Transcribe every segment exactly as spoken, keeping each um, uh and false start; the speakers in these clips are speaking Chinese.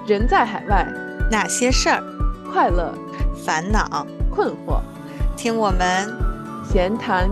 人在海外， 哪些事儿、 快乐、 烦恼， 困惑， 听我们。 闲谈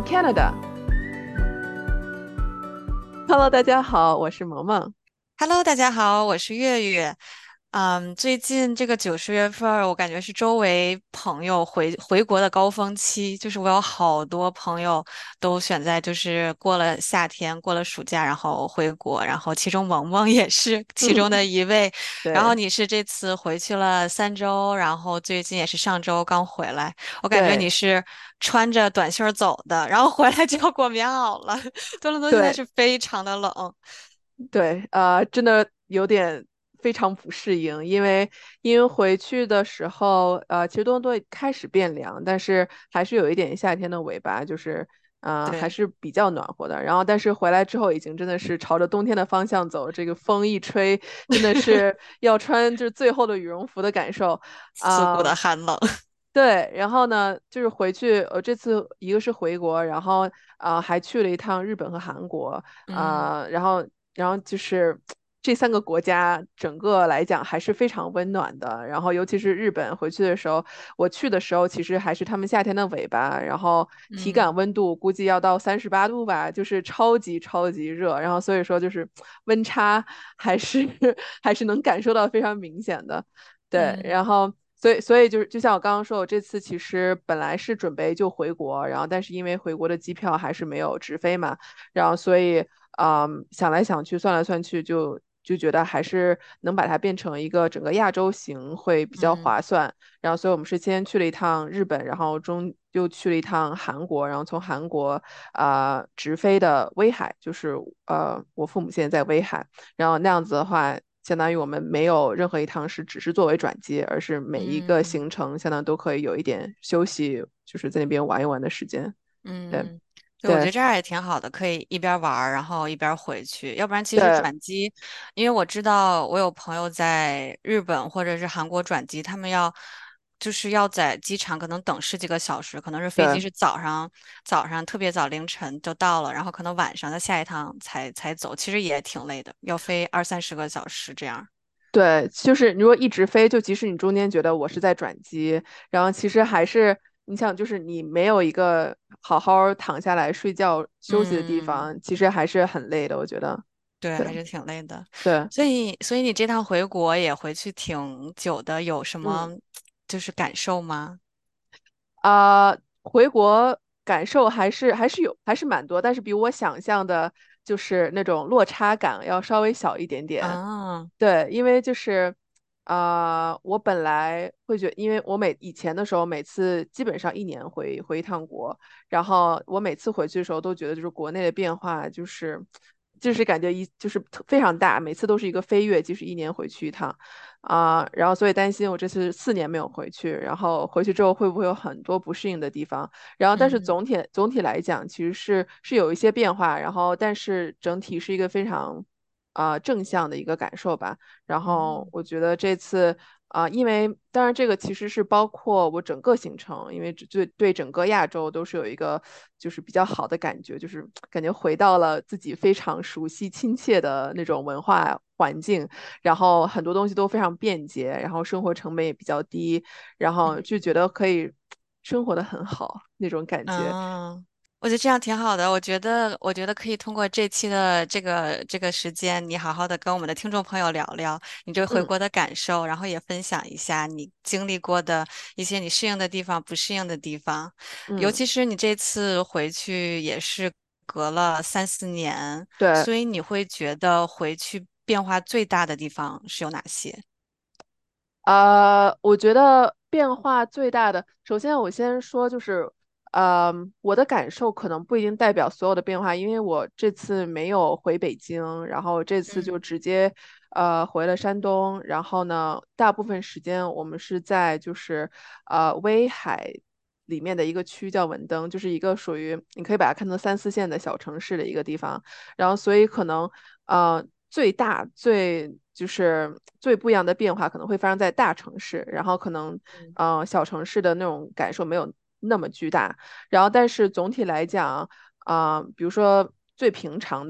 Canada。Hello，大家好，我是萌萌。 Hello，大家好，我是月月。嗯，最近这个九十月份儿，我感觉是周围朋友回回国的高峰期，就是我有好多朋友都选在就是过了夏天，过了暑假，然后回国，然后其中萌萌也是其中的一位。然后对你是这次回去了三周，然后最近也是上周刚回来，我感觉你对是穿着短袖儿走的，然后回来就要裹棉袄了。多伦多现在对是非常的冷。 对，呃，真的有点非常不适应，因为因为回去的时候，呃，其实多伦多开始变凉，但是还是有一点夏天的尾巴，就是呃还对。 是比较暖和的。然后但是回来之后，已经真的是朝着冬天的方向走，这个风一吹，真的是要穿就是最后的羽绒服的感受。 刺骨啊、 的寒冷。 对，然后呢，就是回去，呃，这次一个是回国，然后啊、还去了一趟日本和韩国。 嗯啊、然后然后就是这三个国家整个来讲还是非常温暖的。然后尤其是日本回去的时候，我去的时候其实还是他们夏天的尾巴，然后体感嗯温度估计要到三十八度吧，就是超级超级热。然后所以说就是温差还是还是能感受到非常明显的。对， 嗯然后所以所以就是就像我刚刚说，我这次其实本来是准备就回国，然后但是因为回国的机票还是没有直飞嘛，然后所以嗯想来想去，算来算去就。就觉得还是能把它变成一个整个亚洲行会比较嗯划算。然后，所以我们是先去了一趟日本，然后中又去了一趟韩国，然后从韩国啊、呃直飞的威海，就是呃我父母现在在威海。然后那样子的话，相当于我们没有任何一趟是只是作为转机，而是每一个嗯行程相当都可以有一点休息，就是在那边玩一玩的时间。对嗯，对，我觉对得这样也挺好的，可以一边儿玩儿，然后一边儿回去。要不然，其实对转机，因为我知道我有朋友在日本或者是韩国转机，他们要就是要在机场可能等十几个小时，可能是飞机对是早上早上特别早凌晨就到了，然后可能晚上的下一趟才才走，其实也挺累的，要飞二三十个小时这样。 对，就是如果一直飞，就即使你中间觉得我是在转机，然后其实还是你想，就是你没有一个好好躺下来睡觉休息的地嗯。 方，其实还是很累的，我觉得。 对， 对还是挺累的。 对， 所以，所以你这趟回国也回去挺久的，有什么嗯。 就是感受吗？ 啊、回国感受还是还是有，还是蛮多，但是比我想象的，就是那种落差感要稍微小一点点。 啊， 对，因为就是啊、我本来会觉因为我每以前的时候，每次基本上一年回回一趟国，然后我每次回去的时候都觉得就是国内的变化就是就是感觉一就是特非常大，每次都是一个飞跃，即使一年回去一趟。啊、然后所以担心我这次四年没有回去，然后回去之后会不会有很多不适应的地方。然后但是嗯总体总体来讲，其实是是有一些变化，然后但是整体是一个非常啊、正向的一个感受吧。然后嗯我觉得这次啊、因为当然这个其实是包括我整个行程，因为只对对整个亚洲都是有一个就是比较好的感觉，就是感觉回到了自己非常熟悉亲切的那种文化环境。然后很多东西都非常便捷，然后生活成本也比较低，然后就觉得可以生活的很好那种感觉。 嗯，我觉得这样挺好的。我觉得，我觉得可以通过这期的这个这个时间，你好好的跟我们的听众朋友聊聊你对回嗯国的感受，然后也分享一下你经历过的一些你适应的地方、不适应的地方。尤嗯， 其是你这次回去也是隔了三四年， 对。 所以你会觉得回去变化最大的地方是有哪些？ 呃，我觉得变化最大的，首先我先说就是，呃，我的感受可能不一定代表所有的变化，因为我这次没有回北京，然后这次就嗯直接呃回了山东。然后呢，大部分时间我们是在就是呃威海里面的一个区叫文登，就是一个属于你可以把它看作三四线的小城市的一个地方。然后所以可能呃最大最就是最不一样的变化可能会发生在大城市，然后可能嗯呃小城市的那种感受没有那么巨大。然后但是总体来讲啊、比如说最平常的。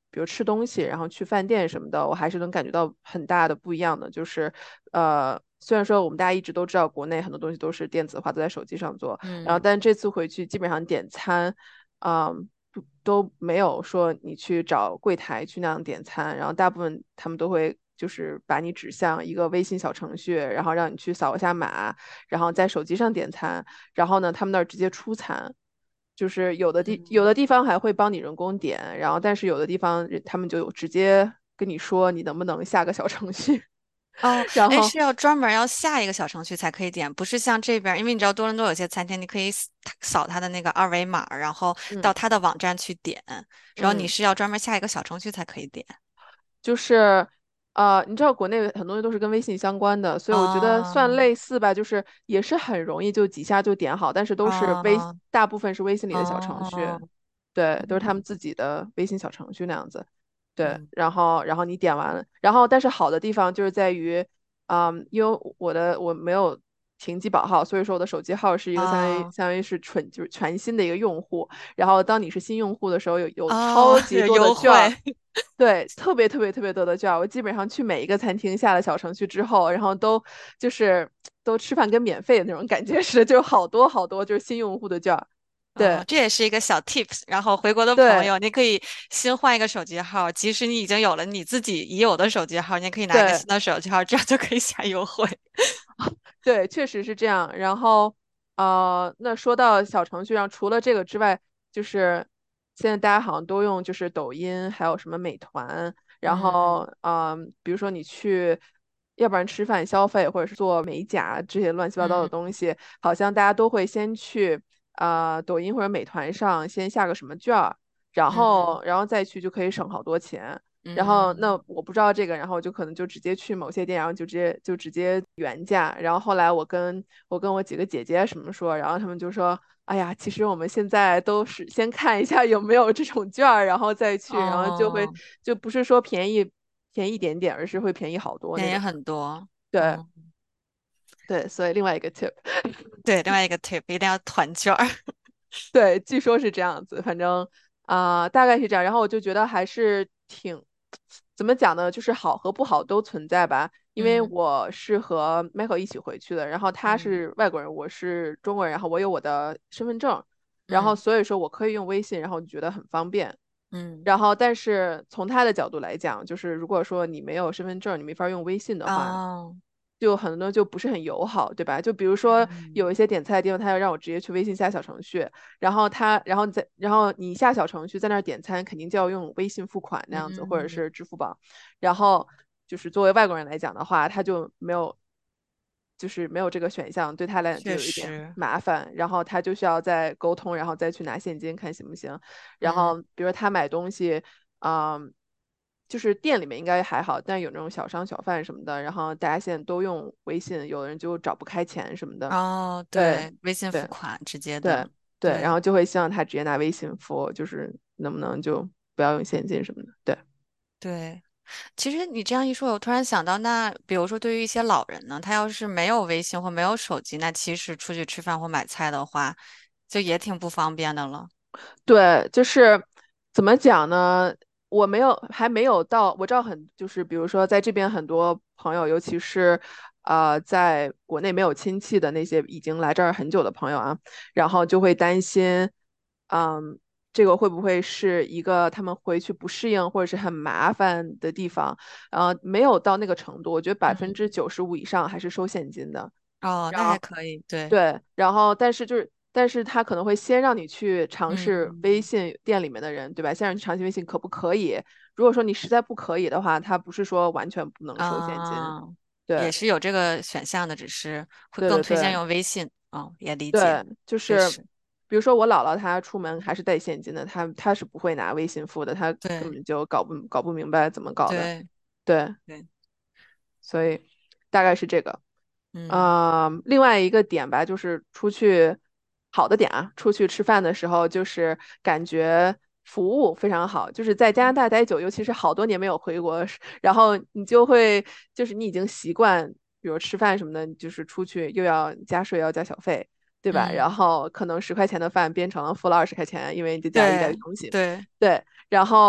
比如吃东西，然后去饭店什么的，我还是能感觉到很大的不一样的。就是呃，虽然说我们大家一直都知道国内很多东西都是电子化，都在手机上做，然后嗯。 但这次回去基本上点餐，嗯。不都没有说你去找柜台去那样点餐，然后大部分他们都会就是把你指向一个微信小程序，然后让你去扫一下码，然后在手机上点餐，然后呢，他们那儿直接出餐，就是有的地有嗯。 的地方还会帮你人工点，然后但是有的地方人他们就直接跟你说你能不能下个小程序， 哦，哎， 然后是要专门儿要下一个小程序才可以点，不是像这边儿因为你知道多伦多有些餐厅，你可以扫扫它的那个二维码儿然后到嗯它的网站去点，然后你嗯。 是要专门儿下一个小程序才可以点。 就是呃，你知道国内很多东西都是跟微信相关的，所以我觉得算哦。 类似吧，就是也是很容易就几下就点好，但是都是微， 哦。 大部分是微信里的小程序， 哦。 对，都是他们嗯。 自己的微信小程序那样子，对， 嗯。 然后然后你点完了，然后但是好的地方就是在于，嗯，因为我的我没有停机宝号，所以说我的手机号是一个相当于哦。 相当于是纯就是全新的一个用户，然后当你是新用户的时候，有有哦， 超级有多的券儿。 优惠。 对，特别特别特别多的券儿，我基本上去每一个餐厅下了小程序之后，然后都就是都吃饭跟免费的那种感觉似的，就好多好多就是新用户的券儿。 哦， 对这也是一个小 tips。然后回国的朋对友，你可以新换一个手机号，即使你已经有了你自己已有的手机号，你也可以拿一个对新的手机号，这样就可以享优惠。 对，确实是这样。然后呃，那说到小程序上，除了这个之外，就是现在大家好像都用就是抖音，还有什么美团，然嗯。 后嗯、比如说你去。要不然吃饭消费，或者是做美甲这些乱七八糟的嗯。 东西，好像大家都会先去啊、抖音或者美团上先下个什么券儿，然嗯。 后然后再去就可以省好多钱。然后那嗯。 我不知道这个，然后我就可能就直接去某些店，然后就直接就直接原价。然后后来我跟我跟我几个姐姐什么说，然后他们就说，哎呀，其实我们现在都是先看一下有没有这种券儿，然后再去，然后就会哦， 就不是说便宜便宜一点点，而是会便宜好多那便宜种。 很多。 对嗯。 对，所以另外一个 tip。 对，另外一个 tip 一定要团券儿。 对，据说是这样子，反正啊、大概是这样。然后我就觉得还是挺，怎么讲呢，就是好和不好都存在吧。因为嗯。 我是和 Michael 一起回去的，然后他嗯。 是外国人，我是中国人，然后我有我的身份证，然后嗯。 所以说我可以用微信，然后我就觉得很方便。 嗯。 然后，但是从他的角度来讲，就是如果说你没有身份证，你没法用微信的话， 哦。 就很多就不是很友好，对吧？就比如说嗯。 有一些点菜的地方，他要让我直接去微信下小程序，然后他，然后你再，然后你下小程序在那儿点餐，肯定就要用微信付款那样子，或者嗯。 是支付宝。然后就是作为外国人来讲的话，他就没有，就是没有这个选项，对他来讲就确有一点实。 麻烦。然后他就需要再沟通，然后再去拿现金看行不行。然嗯。 后比如说他买东西，嗯。就是店里面应该还好，但有那种小商小贩什么的，然后大家现在都用微信，有的人就找不开钱什么的。 哦， 对对，微信付对款直接对的。 对，然对。 后就会希望他直接拿微信付，就是能不能就不要用现金什么的。对。 对，其实你这样一说，我突然想到，那比如说对于一些老人呢，他要是没有微信或没有手机，那其实出去吃饭或买菜的话，就也挺不方便的了。 对，就是怎么讲呢？我没有，还没有到，我知道很，就是比如说在这边很多朋友，尤其是呃在国内没有亲戚的那些已经来这儿很久的朋友啊，然后就会担心，嗯，这个会不会是一个他们回去不适应或者是很麻烦的地方？呃，没有到那个程度，我觉得百分嗯。 之九十五以上还是收现金的。 哦，那然后还可以。对。 对，然后但是就是，但是他可能会先让你去尝试微嗯。 信店里面的人，对吧？先让你去尝试微信可不可以？如果说你实在不可以的话，他不是说完全不能收现金。 啊，也对， 是有这个选项的，只是会对对对更推荐用微信。哦，也理解。 对，就是确实。 比如说我姥姥她出门还是带现金的，她她是不会拿微信付的，她根对。 本就搞不搞不明白怎么搞的。 对。 对， 对。 所以大概是这个。 嗯。 嗯，另外一个点吧，就是出去好的点啊，出去吃饭的时候，就是感觉服务非常好，就是在加拿大待久，尤其是好多年没有回国，然后你就会，就是你已经习惯，比如吃饭什么的，就是出去又要加税，要加小费，对吧？然嗯。 后可能十块钱的饭变成了付了二十块钱，因为你再加了一袋对。 东西， 对。 对，然后。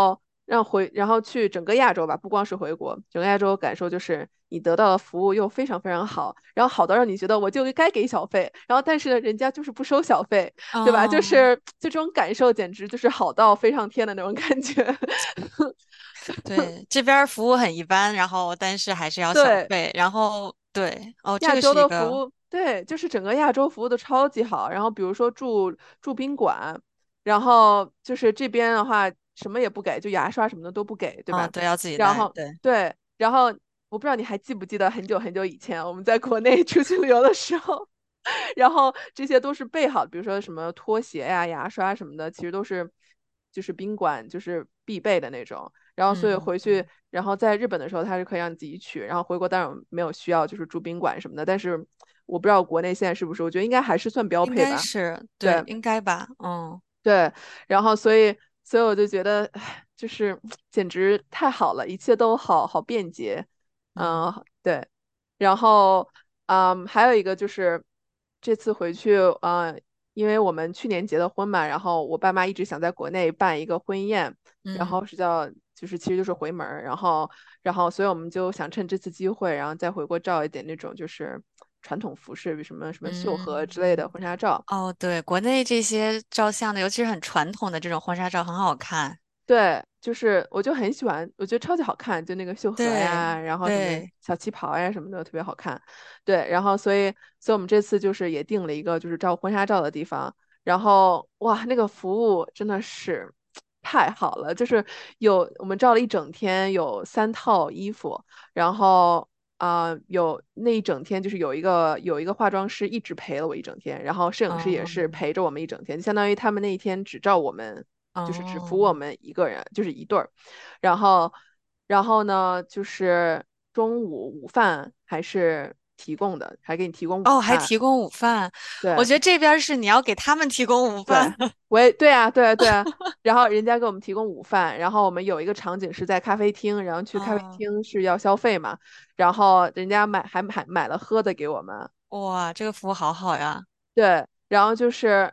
让回，然后去整个亚洲吧，不光是回国，整个亚洲感受就是你得到的服务又非常非常好，然后好到让你觉得我就该给小费，然后但是呢，人家就是不收小费，对吧？就哦， 是就这种感受简直就是好到飞上天的那种感觉。 对，这边儿服务很一般，然后但是还是要小对， 费，然后对，哦，这个亚洲是一个， 的服务，对，就是整个亚洲服务的超级好。然后比如说住住宾馆，然后就是这边的话什么也不给，就牙刷什么的都不给，对嗯， 吧？ 对，要自己带， 然后对， 对，然后我不知道你还记不记得很久很久以前我们在国内出去旅游的时候，然后这些都是备好的，比如说什么拖鞋呀、牙刷什么的，其实都是就是宾馆就是必备的那种。然后所以回去， 嗯嗯， 然后在日本的时候，它是可以让你自己取，然后回国当然没有需要就是住宾馆什么的，但是我不知道国内现在是不是，我觉得应该还是算标应该配吧。 是，对， 对应该吧，嗯对，然后所以所以我就觉得，唉就是简直太好了，一切都好好便捷。 嗯嗯，对。然后嗯，还有一个就是这次回去，嗯，因为我们去年结的婚嘛，然后我爸妈一直想在国内办一个婚宴，然嗯后是叫就是其实就是回门儿，然后然后所以我们就想趁这次机会，然后再回国照一点那种就是传统服饰，比什么什么绣荷之类的嗯嗯， 婚纱照。 哦，对，国内这些照相的，尤其是很传统的这种婚纱照，很好看， 对，就是我就很喜欢，我觉得超级好看，就那个绣荷对呀，然后什么对， 小旗袍呀什么的，特别好看。对，然后所以，所以我们这次就是也定了一个就是照婚纱照的地方，然后哇，那个服务真的是太好了，就是有我们照了一整天，有三套衣服，然后啊、有那一整天就是有一个有一个化妆师一直陪了我一整天，然后摄影师也是嗯陪着我们一整天，就相当于他们那一天只照我们，就是只服务哦我们一个人，就是一对儿。然后，然后呢，就是中午午饭还是提供的，还给你提供午哦，还饭。 提供午饭，我对觉得这边儿是你要给他们提供午饭， 对，我也对啊，对啊，对啊。然后人家给我们提供午饭，然后我们有一个场景是在咖啡厅，然后去咖啡嗯， 厅是要消费嘛，然后人家买还买买了喝的给我们。 哇，这个服务好好呀， 对，然后就是，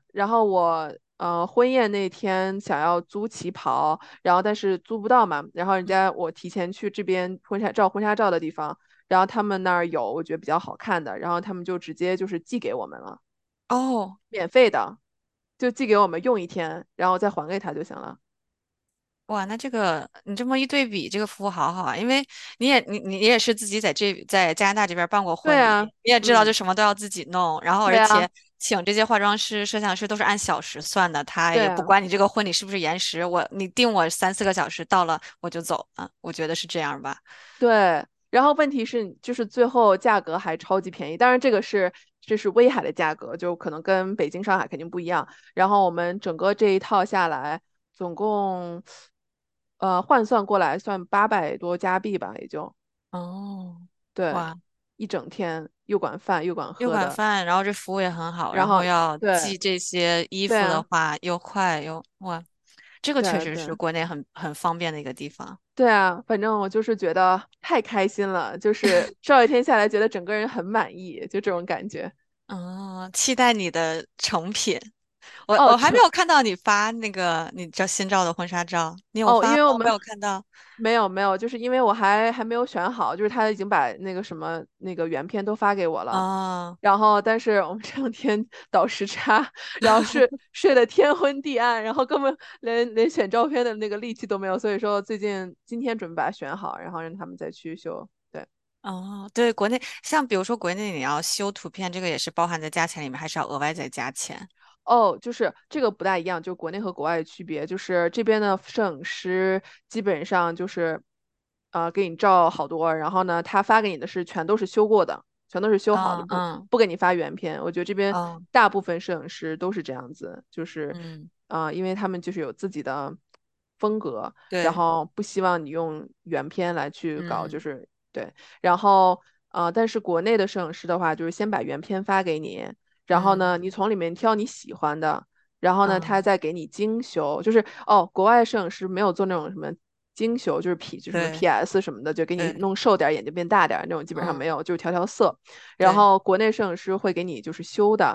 然后我呃婚宴那天想要租旗袍，然后但是租不到嘛，然后人家我提前去这边婚纱照婚纱照的地方，然后他们那儿有我觉得比较好看的，然后他们就直接就是寄给我们了， 哦。 免费的，就寄给我们用一天，然后再还给他就行了。 哇，那这个你这么一对比，这个服务好好啊！因为你也你你也是自己在这在加拿大这边办过婚礼， 对啊， 你也知道就嗯， 什么都要自己弄，然后对啊， 而且请这些化妆师、摄像师都是按小时算的，他对啊。 也不管你这个婚礼是不是延时，我你定我三四个小时到了我就走啊，我觉得是这样吧。 对，然后问题是，就是最后价格还超级便宜，当然这个是这是威海的价格，就可能跟北京、上海肯定不一样。然后我们整个这一套下来，总共呃换算过来算八百多加币吧，也就哦， 对， 哇， 一整天又管饭又管又喝的， 管饭，然后这服务也很好，然后然后要对寄这些衣服的对啊话又快又哇，这个对确实是啊对啊国内很很方便的一个地方。 对啊，反正我就是觉得太开心了，就是照一天下来，觉得整个人很满意，就这种感觉。 嗯，期待你的成品。我哦， 我还没成有看到你发那个你照新照的婚纱照，你有哦， 发吗？我没因为我们有看到。 没有没有，就是因为我还还没有选好，就是他已经把那个什么那个原片都发给我了， 哦然后但是我们这两天倒时差，然后睡睡得天昏地暗，然后根本连连选照片的那个力气都没有，所以说最近今天准备把它选好，然后让他们再去修。对。 哦，对，国内像比如说国内你要修图片，这个也是包含在价钱里面，还是要额外再加钱？ 哦，就是这个不大一样，就国内和国外的区别，就是这边的摄影师基本上就是，呃，给你照好多，然后呢，他发给你的是全都是修过的，全都是修好的，不嗯嗯不给你发原片。我觉得这边嗯， 大部分摄影师都是这样子，就是， 嗯啊、因为他们就是有自己的风格，然对， 后不希望你用原片来去搞，就嗯是对，然后呃，但是国内的摄影师的话，就是先把原片发给你。然后嗯呢，你从里面挑你喜欢的，然后呢，他嗯再给你精修，就是哦，国外的摄影师没有做那种什么精修，就是 P 就什么对 P S 什么的，就给你对， 弄瘦点儿，眼睛变大点儿那种，基本上没嗯有，就是调调色。然对， 后国内摄影师会给你就是修的，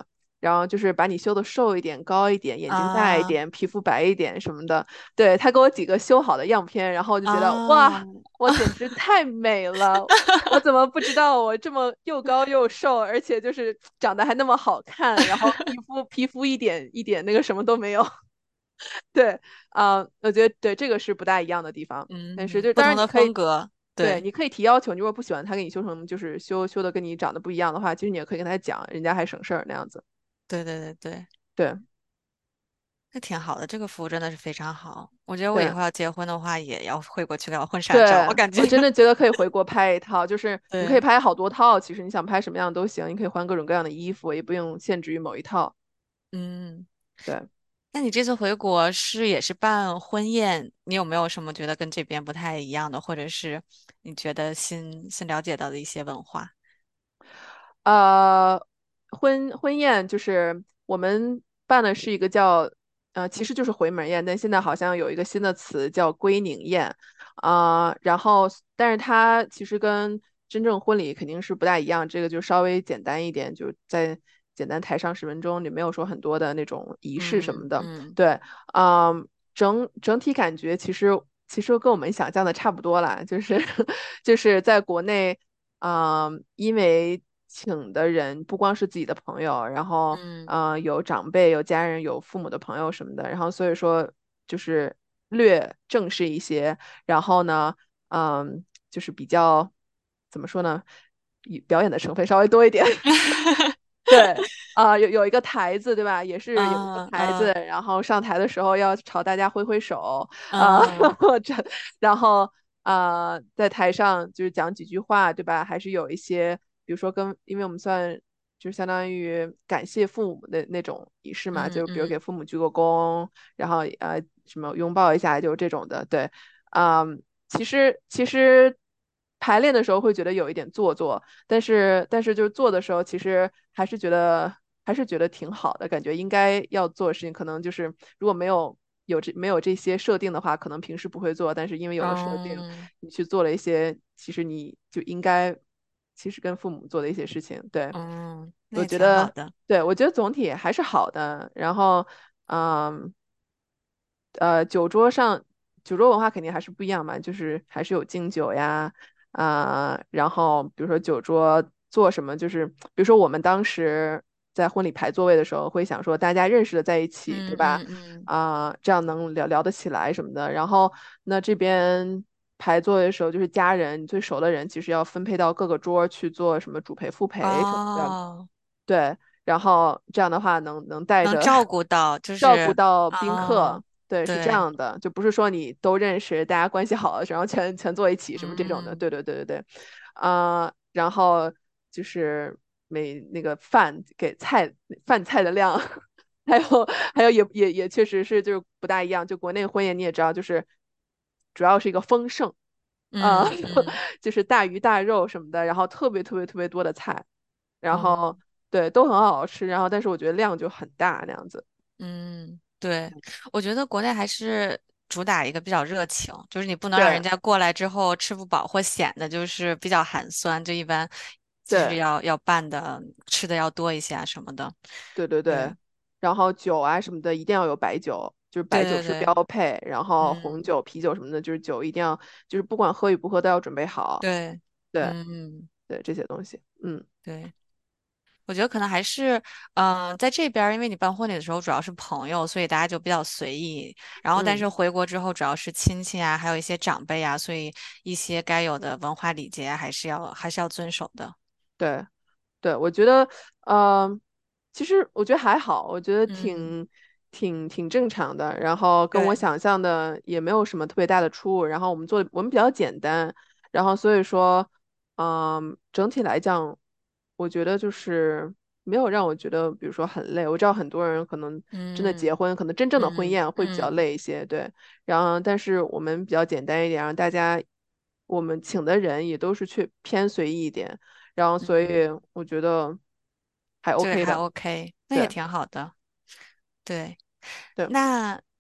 然后就是把你修的瘦一点、高一点、眼睛大一啊点、皮肤白一点什么的。对，他给我几个修好的样片，然后我就觉得啊， 哇，我简直太美了。我怎么不知道我这么又高又瘦，而且就是长得还那么好看，然后皮肤皮肤一点一点那个什么都没有。对，啊、我觉得对这个是不大一样的地方。但是嗯， 就不同的当然你可以， 风格， 对， 对你可以提要求，你如果不喜欢他给你修成就是修修的跟你长得不一样的话，其实你也可以跟他讲，人家还省事儿那样子。 对对对对， 对那挺好的，这个服务真的是非常好。我觉得我以对后要结婚的话，也要汇过去给我婚纱照，我对， 感觉我真的觉得可以回国拍一套，就是你可以对， 拍好多套，其实你想拍什么样都行，你可以换各种各样的衣服，也不用限制于某一套。 嗯。 对。 那你这次回国是也是办婚宴，你有没有什么觉得跟这边不太一样的，或者是你觉得新新了解到的一些文化？ 呃，婚婚宴就是我们办的是一个叫呃，其实就是回门宴，但现在好像有一个新的词叫归宁宴。啊、然后但是它其实跟真正婚礼肯定是不大一样，这个就稍微简单一点，就在简单台上十分钟，也没有说很多的那种仪式什么的。 嗯嗯对，嗯、整整体感觉其实其实跟我们想象的差不多啦，就是就是在国内。嗯，因为请的人不光是自己的朋友，然后嗯呃有长辈、有家人、有父母的朋友什么的，然后所以说就是略正式一些，然后呢，嗯，就是比较怎么说呢，以表演的成分稍微多一点。对，啊、有有一个台子，对吧？也是有一个台子， 嗯嗯然后上台的时候要朝大家挥挥手，啊、 嗯这，然后啊、在台上就是讲几句话，对吧？还是有一些，比如说跟，因为我们算就是相当于感谢父母的那种仪式嘛，就比如给嗯嗯父母鞠个躬，然后呃什么拥抱一下，就这种的，对，啊、其实其实排练的时候会觉得有一点做作。但是但是就是做的时候，其实还是觉得还是觉得挺好的，感觉应该要做的事情，可能就是如果没有有这没有这些设定的话，可能平时不会做，但是因为有了设定， 嗯， 你去做了一些，其实你就应该其实跟父母做的一些事情，对， 嗯，那也我觉得， 挺好的。 对，我觉得总体还是好的。然后，嗯。呃，酒桌上，酒桌文化肯定还是不一样嘛，就是还是有敬酒呀，啊、然后比如说酒桌做什么，就是比如说我们当时在婚礼排座位的时候，会想说大家认识的在一起，对嗯吧？ 嗯嗯啊、这样能聊聊得起来什么的。然后那这边排座位的时候，就是家人最熟的人，其实要分配到各个桌儿去做什么主陪、副陪什么的。 哦， 对，然后这样的话能能带着能照顾到，就照顾是到宾哦， 客，对，是这对， 样的，就不是说你都认识，大家关系好，然后全全坐一起什么这种的， 嗯对对对对对，啊、然后就是每那个饭给菜饭菜的量，还有还有也也也确实是就是不大一样，就国内婚宴你也知道，就是主要是一个丰盛。啊、 嗯嗯就是大鱼大肉什么的，然后特别特别特别多的菜，然哦。 后对都很好吃，然后但是我觉得量就很大那样子。 嗯，对，我觉得国内还是主打一个比较热情，就是你不能让人对家过来之后吃不饱或显得就是比较寒酸，就一般就是对要要办的吃的要多一些啊什么的。 对对对， 对然后酒啊什么的一定要有白酒，就是白酒是标对对对， 配，然后红嗯， 酒、啤酒什么的，就是酒一定要，就是不管喝与不喝都要准备好。 对， 对嗯对，这些东西，嗯对。我觉得可能还是，嗯、在这边儿，因为你办婚礼的时候主要是朋友，所以大家就比较随意。然后，但嗯， 是回国之后，主要是亲戚啊，还有一些长辈啊，所以一些该有的文化礼节还是要还是要遵守的。 对。对，我觉得，呃，其实我觉得还好，我觉得嗯， 挺挺挺正常的，然后跟我对， 想象的也没有什么特别大的出入，然后我们做的我们比较简单，然后所以说，嗯，整体来讲，我觉得就是没有让我觉得，比如说很累。我知道很多人可能真的结嗯婚，可能真正的婚嗯宴会比较嗯累一些，对，然后但是我们比较简单一点，让大家我们请的人也都是去偏随意一点。然后所嗯， 以我觉得还这个 OK 还的， OK，那也对挺好的。对， 对， 那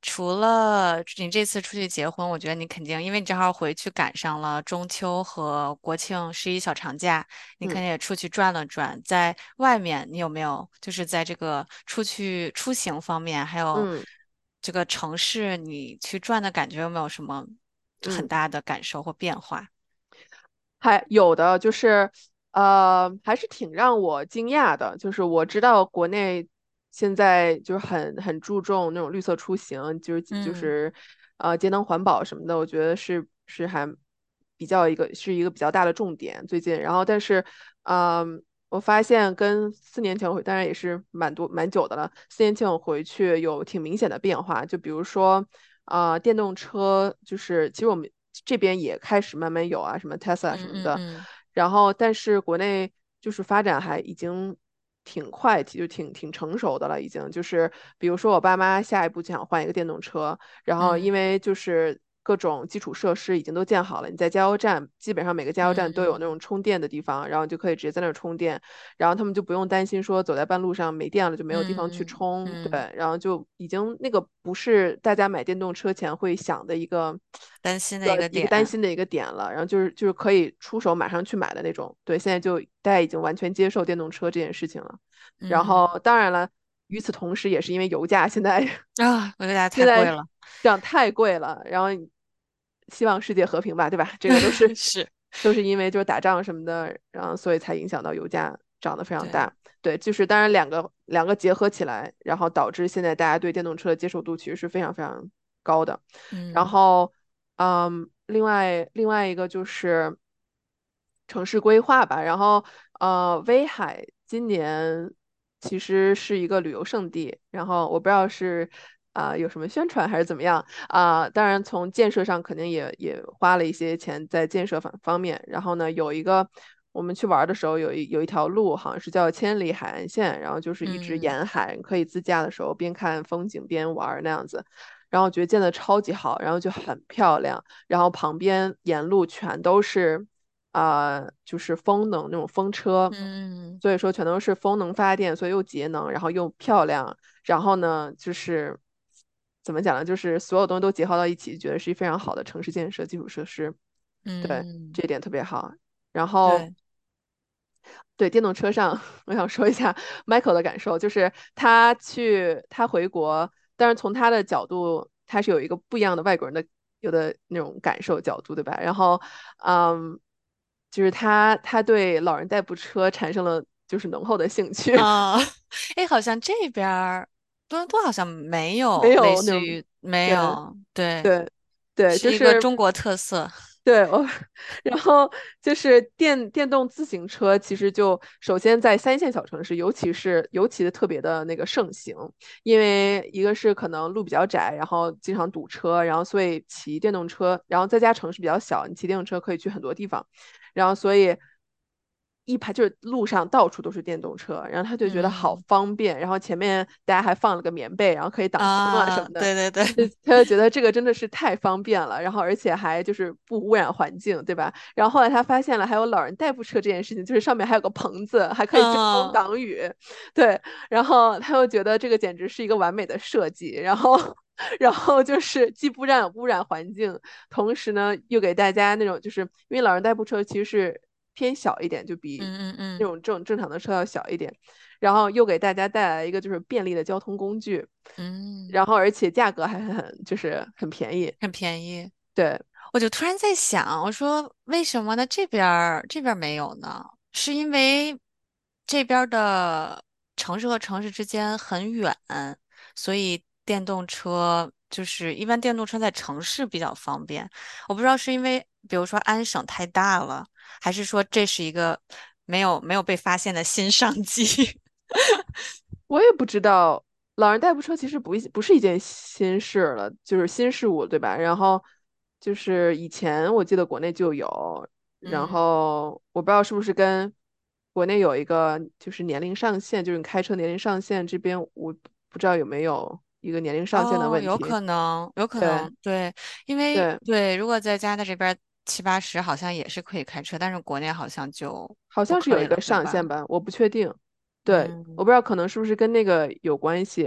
除了你这次出去结婚，我觉得你肯定，因为你正好回去赶上了中秋和国庆十一小长假，你肯嗯定也出去转了转。在外面，你有没有就是在这个出去出行方面，还有嗯这个城市你去转的感觉，有没有什么很嗯。 大的感受或变化？ 还有的就是，呃，还是挺让我惊讶的。就是我知道国内现在就是很很注重那种绿色出行，就是就嗯是呃节能环保什么的，我觉得是是还比较一个是一个比较大的重点最近。然后但是，嗯、我发现跟四年前我回当然也是蛮多蛮久的了，四年前我回去有挺明显的变化。就比如说。啊、电动车就是其实我们这边也开始慢慢有啊，什么 Tesla 嗯什么的， 嗯嗯然后但是国内就是发展还已经挺快，就挺挺成熟的了，已经就是比如说我爸妈下一步就想换一个电动车，然后因嗯为就是各种基础设施已经都建好了，你在加油站基本上每个加油站都有那嗯种充电的地方，然后就可以直接在那儿充电，然后他们就不用担心说走在半路上没电了就没有地方去嗯充， 嗯， 对，然后就已经那个不是大家买电动车前会想的一个担心的一一个一个担个点。 心的一个点了，然后就是就是可以出手马上去买的那种，对，现在就大家已经完全接受电动车这件事情了，然嗯后当然了，与此同时也是因为油价现在啊，我觉得现在太贵了。 涨太贵了，然后希望世界和平吧，对吧？这个都是是， 都是因为就是打仗什么的，然后所以才影响到油价涨得非常对， 大。对，就是当然两个两个结合起来，然后导致现在大家对电动车的接受度其实是非常非常高的。然嗯后，嗯，另外另外一个就是城市规划吧。然后，呃，威海今年其实是一个旅游胜地。然后我不知道是啊、有什么宣传还是怎么样啊、当然从建设上肯定也也花了一些钱在建设方方面。然后呢，有一个我们去玩儿的时候有一有一条路好像是叫千里海岸线，然后就是一直嗯沿海，你可以自驾的时候边看风景边玩儿那样子。然后我觉得建的超级好，然后就很漂亮。然后旁边沿路全都是啊、就是风能那种风车， 嗯所以说全都是风能发电，所以又节能，然后又漂亮。然后呢，就是怎么讲呢，就是所有东西都结合到一起，觉得是一非常好的城市建设基础设施，对， 嗯， 这一点特别好。然后对， 对电动车上，我想说一下 Michael 的感受，就是他去他回国，但是从他的角度，他是有一个不一样的外国人的有的那种感受角度，对吧？然后，嗯，就是他他对老人代步车产生了就是浓厚的兴趣， 啊，哎，好像这边儿多伦多好像没没有类有那种， 似于没对有，对， 对对， 是一个就是中国特色。 对，我，然后就是电电动自行车，其实就首先在三线小城市，尤其是尤其的特别的那个盛行，因为一个是可能路比较窄，然后经常堵车，然后所以骑电动车，然后再加城市比较小，你骑电动车可以去很多地方，然后所以一排就是路上到处都是电动车，然后他就觉得好嗯方便，然后前面大家还放了个棉被，然后可以挡风啊什啊， 么的。 对对对， 就他就觉得这个真的是太方便了，然后而且还就是不污染环境，对吧？然后后来他发现了还有老人代步车这件事情，就是上面还有个棚子，还可以遮风嗯挡雨，对。然后他又觉得这个简直是一个完美的设计，然后然后就是既不让污染环境，同时呢又给大家那种就是因为老人代步车其实是偏小一点，就比嗯嗯嗯那种正正常的车要小一点，然后又给大家带来一个就是便利的交通工具。 嗯， 然后而且价格还很就是很便宜。 很便宜。 对， 我就突然在想，我说为什么呢？这边儿这边儿没有呢？是因为这边儿的城市和城市之间很远，所以电动车就是一般电动车在城市比较方便。我不知道是因为比如说安省太大了，还是说这是一个没有没有被发现的新商机？ 我也不知道，老人代步车其实不一不是一件新事了，就是新事物，对吧？然后就是以前我记得国内就有，然嗯， 后我不知道是不是跟国内有一个就是年龄上限，就是你开车年龄上限这边我不知道有没有一个年龄上限的哦， 问题。 有可能，有可对能，对，因为对， 对，如果在加拿大这边儿七八十好像也是可以开车，但是国内好像就好不可以了， 像是有一个对吧？ 上限吧，我不确定。对，我嗯不知道可能是不是跟那个有关系。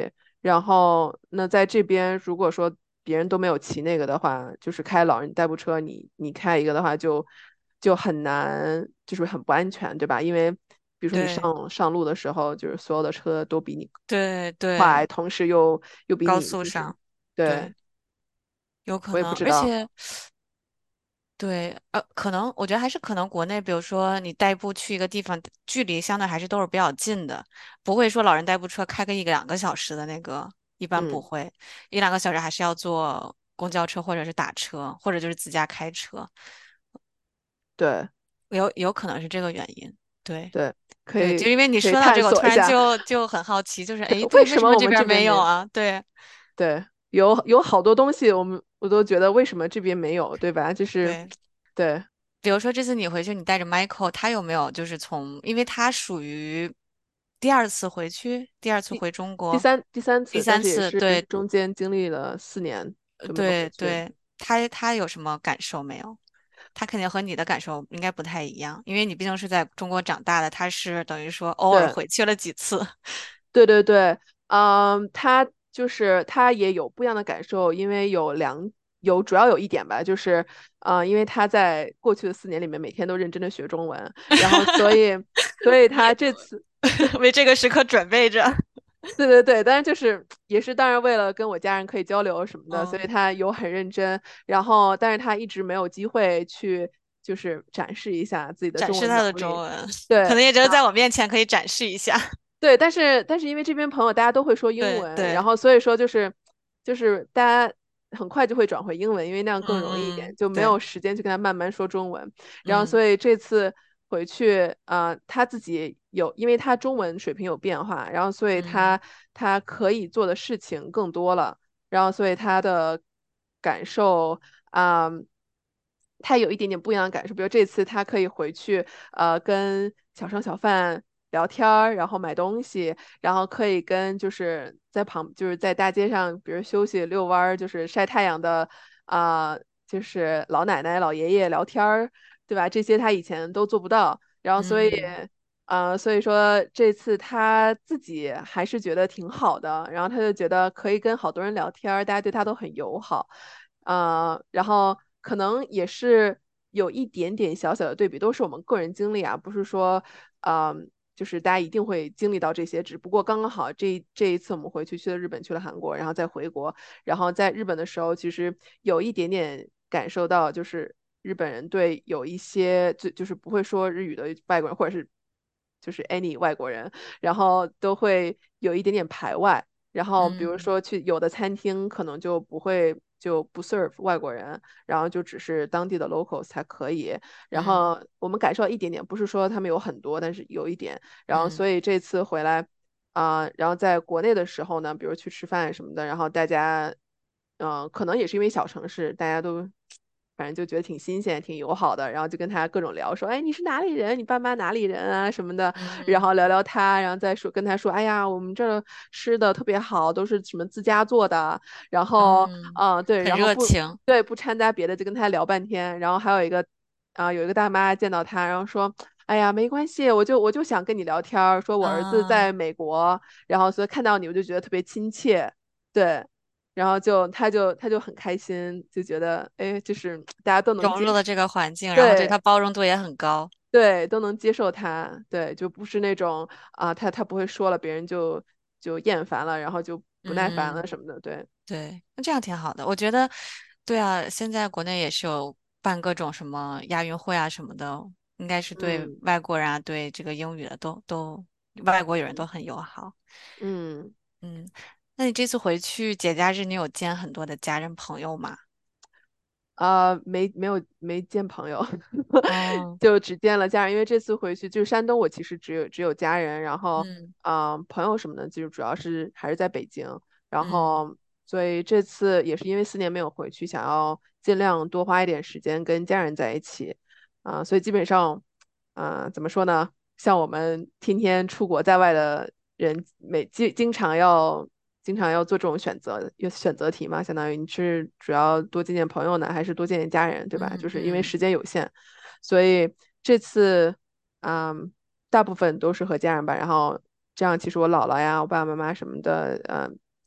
然后那在这边如果说别人都没有骑那个的话，就是开老人代步车，你你开一个的话就就很难，就是很不安全，对吧？因为比如说你对上上路的时候，就是所有的车都比你对快， 对， 同时又又比高你就是速上， 对， 对，有可我也不能， 知道， 而且对，呃，可能我觉得还是可能国内，比如说你代步去一个地方，距离相对还是都是比较近的，不会说老人代步车开个一两个小时的那个，一般不嗯， 会，一两个小时还是要坐公交车或者是打车，或者就是自家开车， 对有有可能是这个原因。对对，可对，就以因为你可以探说到这个，我突然索一下， 就就很好奇，就是对， 诶，对， 为什么我们为什么这边这边没有？ 没有啊？对对，有有好多东西，我们我都觉得为什么这边没有，对吧？就是对。 对。 比如说这次你回去，你带着 Michael，他有没有就是从，因为他属于第二次回去，第二次第回中国， 第三第三次，但第三次， 是也是对中间经历了四年呃都没有回去。 对对，他他有什么感受没有？他肯定和你的感受应该不太一样，因为你毕竟是在中国长大的，他是等于说偶尔对回去了几次。 对对对，嗯，他就是他也有不一样的感受，因为有两有主要有一点吧，就是呃，因为他在过去的四年里面每天都认真的学中文，然后所以所以他这次。 为这个时刻准备着。 对对对，当然就是也是当然为了跟我家人可以交流什么的，所以嗯， 他有很认真，然后但是他一直没有机会去就是展示一下自己的中展示他的文能力。 中文，可对， 能也只有在我面前可以展示一下。 对，但是但是因为这边朋友大家都会说英文，然对对， 后所以说就是就是大家很快就会转回英文，因为那样更容易一点， 嗯嗯， 就没有对， 时间去跟他慢慢说中文。然后嗯所以这次回去，啊，他自己有，因为他中文水平有变化，然后所以嗯他他可以做的事情更多了，然后所以他的感受。啊、他有一点点不一样的感受，比如这次他可以回去，呃，跟小商小贩聊天儿，然后买东西，然后可以跟就是在旁就是在大街上，比如休息遛弯儿，就是晒太阳的啊、就是老奶奶老爷爷聊天儿，对吧？这些他以前都做不到，然后所以。 嗯呃，所以说这次他自己还是觉得挺好的，然后他就觉得可以跟好多人聊天儿，大家对他都很友好。呃，然后可能也是有一点点小小的对比，都是我们个人经历啊，不是说，嗯、就是大家一定会经历到这些，只不过刚刚好这这一次我们回去去了日本，去了韩国，然后再回国，然后在日本的时候，其实有一点点感受到，就是日本人对有一些就就是不会说日语的外国人，或者是就是 any 外国人，然后都会有一点点排外。然后比如嗯说去有的餐厅可能就不会就不 serve 外国人，然后就只是当地的 locals 才可以。然嗯后我们感受到一点点，不是说他们有很多，但是有一点。然后嗯所以这次回来啊、然后在国内的时候呢，比如去吃饭什么的，然后大家，嗯、可能也是因为小城市，大家都。反正就觉得挺新鲜、挺友好的，然后就跟他各种聊，说，哎，你是哪里人？你爸妈哪里人啊？什么的，然嗯后聊聊他，然后再说跟他说，哎呀，我们这儿吃的特别好，都是什么自家做的，然后， 嗯， 嗯、对， 很然后不， 热情。 对，不掺杂别的，就跟他聊半天，然后还有一个，啊、有一个大妈见到他，然后说，哎呀，没关系，我就我就想跟你聊天儿，说我儿子嗯， 在美国，然后所以看到你我就觉得特别亲切，对。然后就他就他就很开心，就觉得哎，就是大家都能接受， 融入了这个环境，然后对对他包容度也很高。 对，都能接受他，对，就不是那种啊，他他不会说了，别人就就厌烦了，然后就不耐烦了嗯， 什么的，对， 对，那这样挺好的。我觉得，对啊，现在国内也是有办各种什么亚运会啊什么的，应该是对嗯外国人啊，对这个英语的都都外国友人都嗯很友好。 嗯。 嗯，那你这次回去节假日，你有见很多的家人朋友吗？ 啊、没没有没见朋友， 哦， 就只见了家人。因为这次回去就是山东，我其实只有只有家人，然后嗯啊、朋友什么的，就是主要是还是在北京。然嗯后所以这次也是因为四年没有回去，想要尽量多花一点时间跟家人在一起。啊、所以基本上，啊、怎么说呢？像我们天天出国在外的人，每经经常要经常要做这种选择，有选择题嘛，相当于你是主要多见见朋友呢，还是多见见家人，对吧？ 嗯嗯就是因为时间有限，所以这次，嗯，大部分都是和家人吧。然后这样，其实我姥姥呀、我爸爸妈妈什么的，嗯，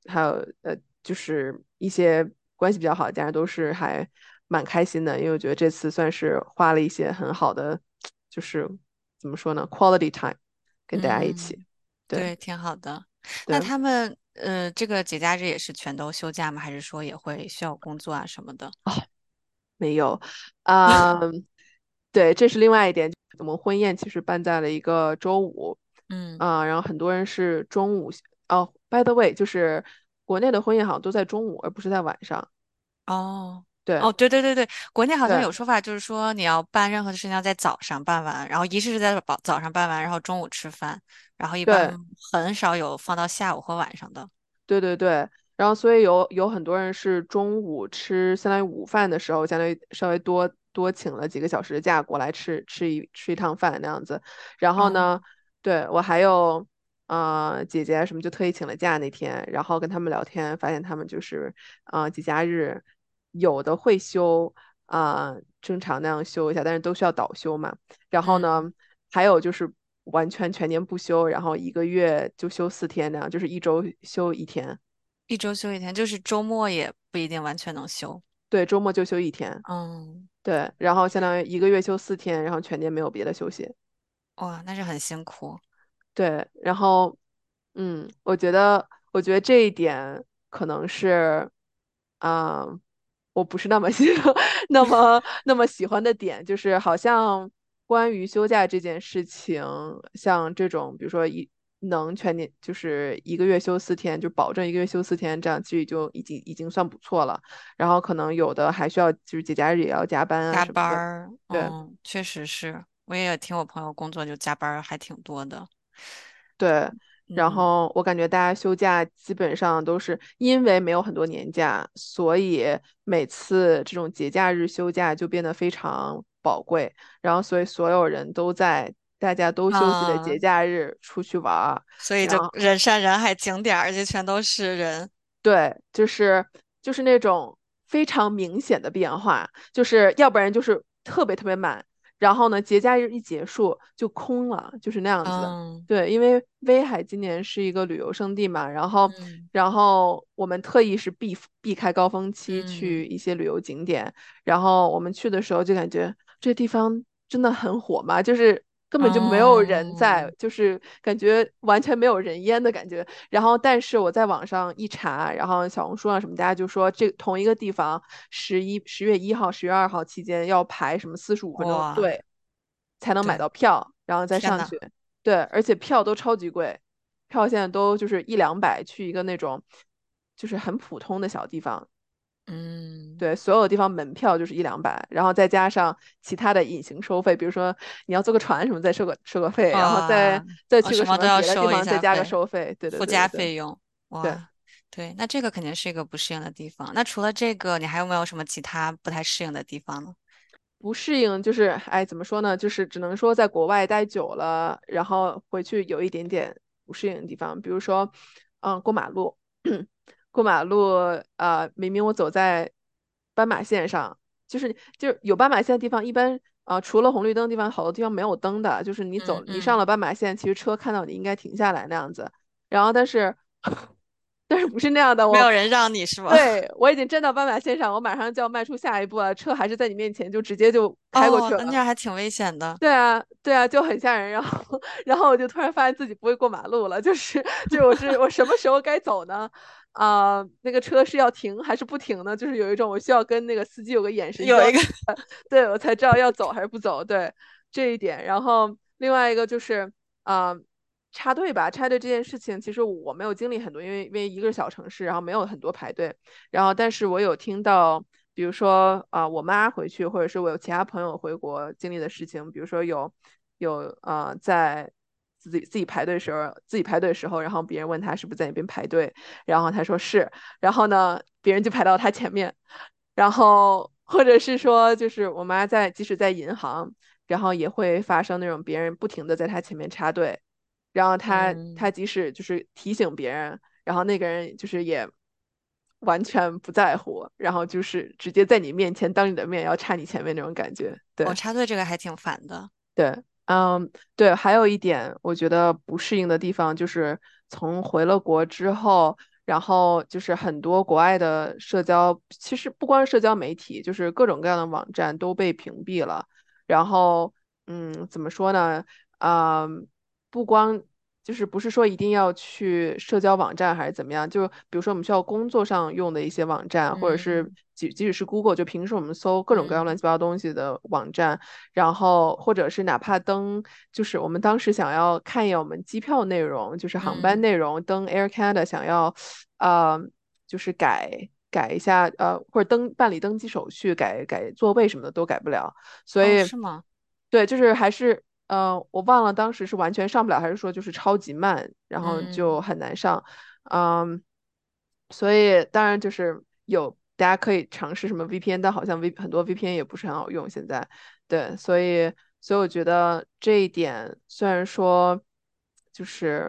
还有呃，就是一些关系比较好的家人都是还蛮开心的，因为我觉得这次算是花了一些很好的，就是怎么说呢，quality time 跟大家一起。 嗯， 对对，挺好的。那对， 他们呃，这个节假日也是全都休假吗？还是说也会需要工作啊什么的？ 没有，啊、对，这是另外一点。我们婚宴其实办在了一个周五， 嗯。 啊、然后很多人是中午。哦，by the way，就是国内的婚宴好像都在中午，而不是在晚上。 哦， 对哦，对对对对，国内好像对有说法，就是说你要办任何的事情要在早上办完，然后仪式是在早早上办完，然后中午吃饭，然后一般对很少有放到下午或晚上的。 对对对，然后所以有有很多人是中午吃，相当于午饭的时候，相当于稍微多多请了几个小时的假过来吃吃一吃一趟饭那样子。然后哦， 呢，对，我还有呃姐姐啊什么就特意请了假那天，然后跟他们聊天，发现他们就是呃节假日有的会休啊、正常那样休一下，但是都需要倒休嘛。然后嗯， 呢，还有就是完全全年不休，然后一个月就休四天那样，就是一周休一天。 一周休一天，就是周末也不一定完全能休。 对，周末就休一天。 嗯， 对，然后相当于一个月休四天，然后全年没有别的休息。 哇，那是很辛苦。 对，然后，嗯，我觉得，我觉得这一点可能是，啊、我不是那么喜那么那么喜欢的点，就是好像关于休假这件事情，像这种，比如说一能全年就是一个月休四天，就保证一个月休四天，这样其实就已经已经算不错了。然后可能有的还需要就是节假日也要加班啊加什么的。 班儿， 对。 嗯，确实是，我也听我朋友工作就加班儿还挺多的。 对，然嗯。 后我感觉大家休假基本上都是因为没有很多年假，所以每次这种节假日休假就变得非常宝贵，然后所以所有人都在大家都休息的节嗯， 假日出去玩儿。 所以就然后人山人海景点儿，而且全都是人。 对，就是就是那种非常明显的变化，就是要不然就是特别特别满，然后呢，节假日一结束就空了，就是那样子。 嗯对，因为威海今年是一个旅游胜地嘛，然后嗯然后我们特意是避避开高峰期嗯， 去一些旅游景点，然后我们去的时候就感觉这地方真的很火嘛，就是根本就没有人在， 哦， 就是感觉完全没有人烟的感觉。然后，但是我在网上一查，然后小红书上什么，大家就说这同一个地方，十一十月一号、十月二号期间要排什么四十五分钟的哇， 队才能买对， 到票，然后再天呐， 上去。对，而且票都超级贵，票现在都就是一两百，去一个那种就是很普通的小地方。 嗯， 对，所有地方门票就是一两百，然后再加上其他的隐形收费，比如说你要坐个船什么，再收个收个费，然后再哇，呃， 再去个什什么都要么别的地收一方再加个下费， 收费。对对附加对对对费用。 对。 哇，对，那这个肯定是一个不适应的地方。那除了这个，你还有没有什么其他不太适应的地方呢？ 不适应就是，哎，怎么说呢？就是只能说在国外待久了，然后回去有一点点不适应的地方，比如说，嗯，过马路，过马路，呃，明明我走在斑马线上，就是就是有斑马线的地方，一般啊、除了红绿灯的地方，好多地方没有灯的，就是你走你上嗯嗯， 了斑马线，其实车看到你应该停下来那样子，然后但是但是不是那样的，我没有人让你是吗？ 对，我已经站到斑马线上，我马上就要迈出下一步了，车还是在你面前，就直接就开过去哦，那那了。 样还挺危险的。 对啊，对啊，就很吓人。然后，然后我就突然发现自己不会过马路了，就是就是我是我什么时候该走呢？啊、那个车是要停还是不停呢？就是有一种我需要跟那个司机有个眼神交流， 有一个， 对我才知道要走还是不走。对这一点，然后另外一个就是啊、插队吧，插队这件事情，其实我没有经历很多，因为因为一个小城市，然后没有很多排队。然后，但是我有听到，比如说啊、我妈回去，或者是我有其他朋友回国经历的事情，比如说有有啊、在自己自己排队时候，自己排队的时候，然后别人问他是不是在那边排队，然后他说是，然后呢，别人就排到他前面，然后或者是说，就是我妈在即使在银行，然后也会发生那种别人不停的在她前面插队，然后她她嗯。 即使就是提醒别人。然后那个人就是也完全不在乎，然后就是直接在你面前当你的面要插你前面那种感觉。 哦， 对插队这个还挺烦的。 对，嗯，对，还有一点我觉得不适应的地方就是从回了国之后。 然后就是很多国外的社交，其实不光是社交媒体，就是各种各样的网站都被屏蔽了。然后，嗯，怎么说呢？啊、不光就是不是说一定要去社交网站还是怎么样，就比如说我们需要工作上用的一些网站，或者是嗯即即使是 Google，就平时我们搜各种各样乱嗯七八糟东西的网站，然后或者是哪怕登，就是我们当时想要看一眼我们机票内容，就是航班嗯， 内容，登 Air Canada 想要，呃，就是改。改一下，呃，或者登办理登机手续，改改座位什么的都改不了，所哦， 以， 是吗？ 对，就是还是，呃，我忘了当时是完全上不了，还是说就是超级慢，然后就嗯， 很难上，嗯，所以当然就是有大家可以尝试什么 V P N，但好像 V 很多 V P N 也不是很好用现在，对，所以所以我觉得这一点虽然说就是。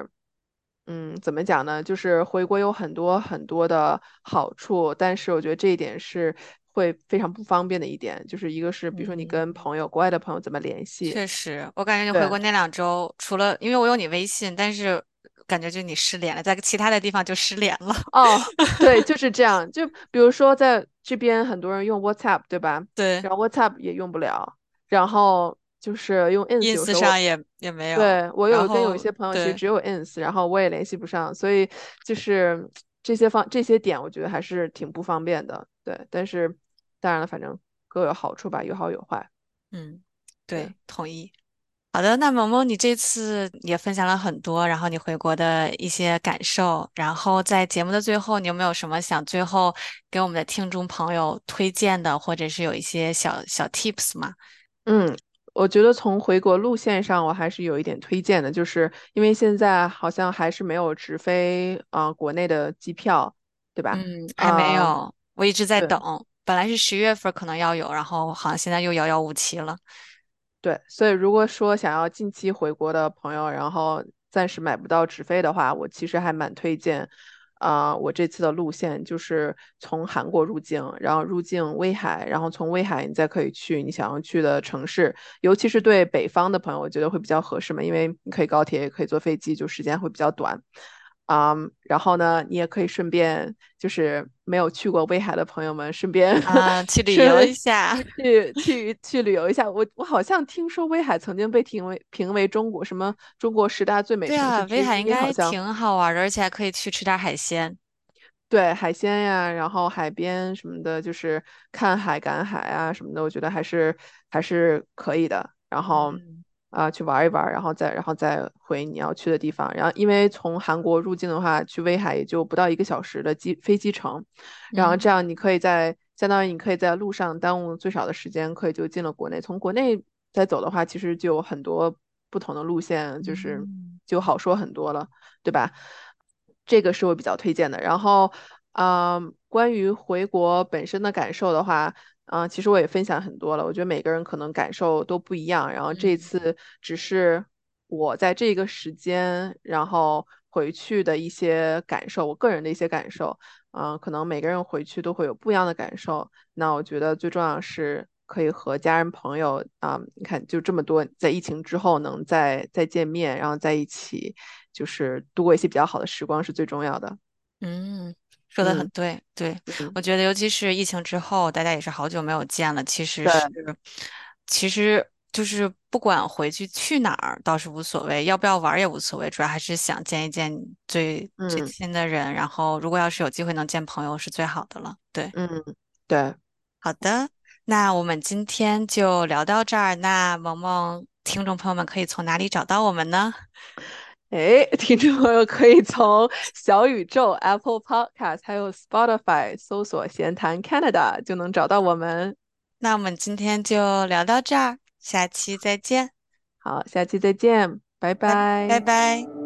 嗯，怎么讲呢？就是回国有很多很多的好处，但是我觉得这一点是会非常不方便的一点，就是一个是比如说你跟嗯， 朋友，国外的朋友怎么联系， 确实，我感觉你回对， 国那两周，除了因为我有你微信，但是感觉就你失联了，在其他的地方就失联了。 哦，对，就是这样。就比如说在这边很多人用 WhatsApp，对吧？ 对然后 WhatsApp 也用不了，然后就是用 Ins，有 ，ins 时候我上也也没有， 对我有跟有一然后些朋友其实对， 只有 ins，然后我也联系不上，所以就是这些方这些点，我觉得还是挺不方便的。对，但是当然了，反正各有好处吧，有好有坏。 嗯， 对， 对，同意。好的，那萌萌，你这次也分享了很多，然后你回国的一些感受，然后在节目的最后，你有没有什么想最后给我们的听众朋友推荐的，或者是有一些小小 tips 吗？ 嗯，我觉得从回国路线上，我还是有一点推荐的，就是因为现在好像还是没有直飞啊、呃国内的机票，对吧？ 嗯，还没啊、 有，我一直在对。 等，本来是十月份可能要有，然后好像现在又遥遥无期了。 对，所以如果说想要近期回国的朋友，然后暂时买不到直飞的话，我其实还蛮推荐，啊、我这次的路线就是从韩国入境，然后入境威海，然后从威海你再可以去你想要去的城市，尤其是对北方的朋友，我觉得会比较合适嘛，因为你可以高铁，也可以坐飞机，就时间会比较短。啊、然后呢，你也可以顺便就是没有去过威海的朋友们，顺便啊，去旅游一顺下。 去去去旅游一下。我我好像听说威海曾经被评为评为中国什么中国十大最美对啊， 城市之威海应一，好像该挺好玩的，而且还可以去吃点海鲜。 对海鲜呀，然后海边什么的，就是看海赶海啊什么的，我觉得还是还是可以的。然后嗯啊、去玩一玩，然后再然后再回你要去的地方。然后因为从韩国入境的话，去威海也就不到一个小时的机飞机程，然后这嗯样你可以在相当于你可以在路上耽误最少的时间，可以就进了国内。从国内再走的话，其实就有很多不同的路线，就是嗯就好说很多了，对吧？这个是我比较推荐的。然后，嗯，关于回国本身的感受的话，嗯、其实我也分享很多了。我觉得每个人可能感受都不一样。然后这嗯次只是我在这个时间，然后回去的一些感受，我个人的一些感受。嗯、可能每个人回去都会有不一样的感受。那我觉得最重要的是可以和家人朋友啊、你看就这么多，在疫情之后能再再见面，然后在一起，就是度过一些比较好的时光是最重要的。 嗯，说的很嗯对，对， 嗯， 我觉得尤其是疫情之后，大家也是好久没有见了，其实是， 对， 其实就是不管回去去哪儿倒是无所谓，要不要玩儿也无所谓，主要还是想见一见最最嗯亲的人，然后如果要是有机会能见朋友是最好的了。对， 嗯对。 好的，那我们今天就聊到这儿，那萌萌，听众朋友们可以从哪里找到我们呢？ 哎，听众朋友可以从小宇宙、Apple Podcast 还有 Spotify 搜索“闲谈 Canada” 就能找到我们。 那我们今天就聊到这儿，下期再见， 好，下期再见，拜拜拜拜。 拜。